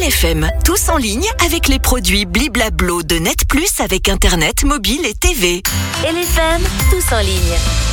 LFM, tous en ligne avec les produits Bliblablo de Net Plus avec Internet, mobile et TV. LFM, tous en ligne.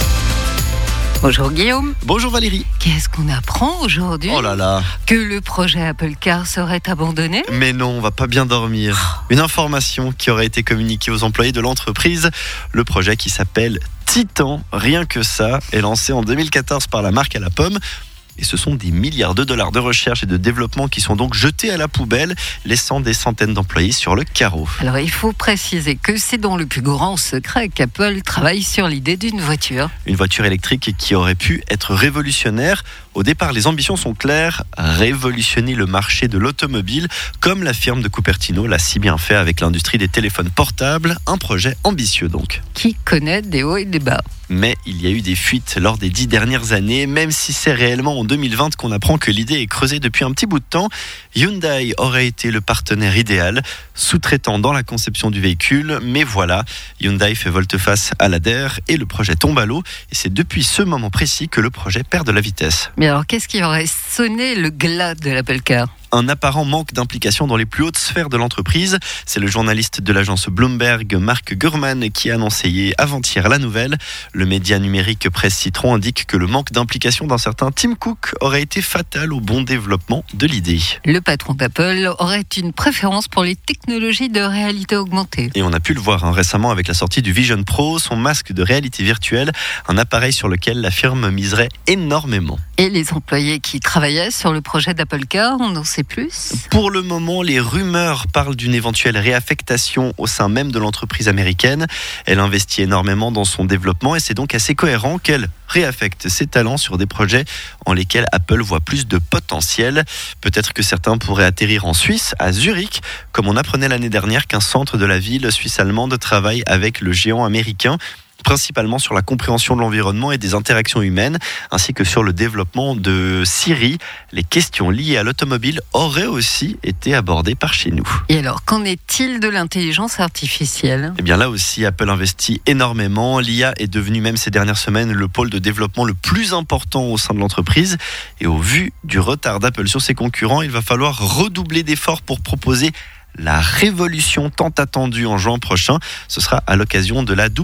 Bonjour Guillaume. Bonjour Valérie. Qu'est-ce qu'on apprend aujourd'hui ? Oh là là. Que le projet Apple Car serait abandonné ? Mais non, on va pas bien dormir. Une information qui aurait été communiquée aux employés de l'entreprise. Le projet qui s'appelle Titan, rien que ça, est lancé en 2014 par la marque à la pomme. Et ce sont des milliards de dollars de recherche et de développement qui sont donc jetés à la poubelle, laissant des centaines d'employés sur le carreau. Alors il faut préciser que c'est dans le plus grand secret qu'Apple travaille sur l'idée d'une voiture. Une voiture électrique qui aurait pu être révolutionnaire. Au départ, les ambitions sont claires, révolutionner le marché de l'automobile, comme la firme de Cupertino l'a si bien fait avec l'industrie des téléphones portables. Un projet ambitieux donc. Qui connaît des hauts et des bas ? Mais il y a eu des fuites lors des 10 dernières années, même si c'est réellement en 2020 qu'on apprend que l'idée est creusée depuis un petit bout de temps. Hyundai aurait été le partenaire idéal, sous-traitant dans la conception du véhicule, mais voilà, Hyundai fait volte-face à l'ADER et le projet tombe à l'eau. Et c'est depuis ce moment précis que le projet perd de la vitesse. Mais alors qu'est-ce qui aurait sonné le glas de l'Apple Car ? Un apparent manque d'implication dans les plus hautes sphères de l'entreprise. C'est le journaliste de l'agence Bloomberg, Mark Gurman, qui a annoncé avant-hier la nouvelle. Le média numérique Presse Citron indique que le manque d'implication d'un certain Tim Cook aurait été fatal au bon développement de l'idée. Le patron d'Apple aurait une préférence pour les technologies de réalité augmentée. Et on a pu le voir récemment avec la sortie du Vision Pro, son masque de réalité virtuelle, un appareil sur lequel la firme miserait énormément. Et les employés qui travaillaient sur le projet d'Apple Car, on en sait plus ? Pour le moment, les rumeurs parlent d'une éventuelle réaffectation au sein même de l'entreprise américaine. Elle investit énormément dans son développement et c'est donc assez cohérent qu'elle réaffecte ses talents sur des projets en lesquels Apple voit plus de potentiel. Peut-être que certains pourraient atterrir en Suisse, à Zurich, comme on apprenait l'année dernière qu'un centre de la ville suisse-allemande travaille avec le géant américain, principalement sur la compréhension de l'environnement et des interactions humaines, ainsi que sur le développement de Siri. Les questions liées à l'automobile auraient aussi été abordées par chez nous. Et alors, qu'en est-il de l'intelligence artificielle ? Eh bien là aussi, Apple investit énormément. L'IA est devenue même ces dernières semaines le pôle de développement le plus important au sein de l'entreprise. Et au vu du retard d'Apple sur ses concurrents, il va falloir redoubler d'efforts pour proposer la révolution tant attendue en juin prochain. Ce sera à l'occasion de la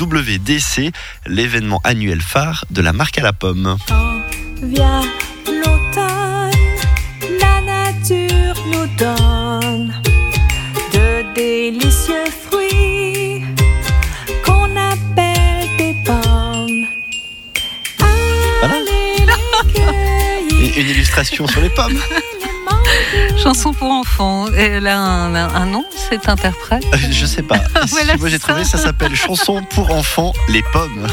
WWDC, l'événement annuel phare de la marque à la pomme. Vient l'automne, la nature nous donne de délicieux fruits qu'on appelle des pommes. Allez les cueillir. Une illustration sur les pommes. Chanson pour enfants. Elle a un nom, cette interprète ? Je sais pas. Voilà, moi j'ai trouvé, ça s'appelle Chanson pour enfants, les pommes.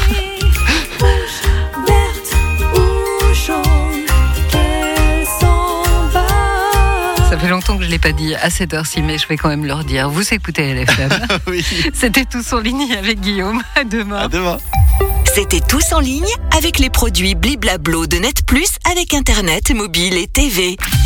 Verte ou jaune, qu'elles sont bonnes. Ça fait longtemps que je ne l'ai pas dit à cette heure-ci, mais je vais quand même leur dire. Vous écoutez LFM. Oui. C'était Tous en ligne avec Guillaume. À demain. À demain. C'était tous en ligne avec les produits Bliblablo de Net Plus avec Internet, mobile et TV.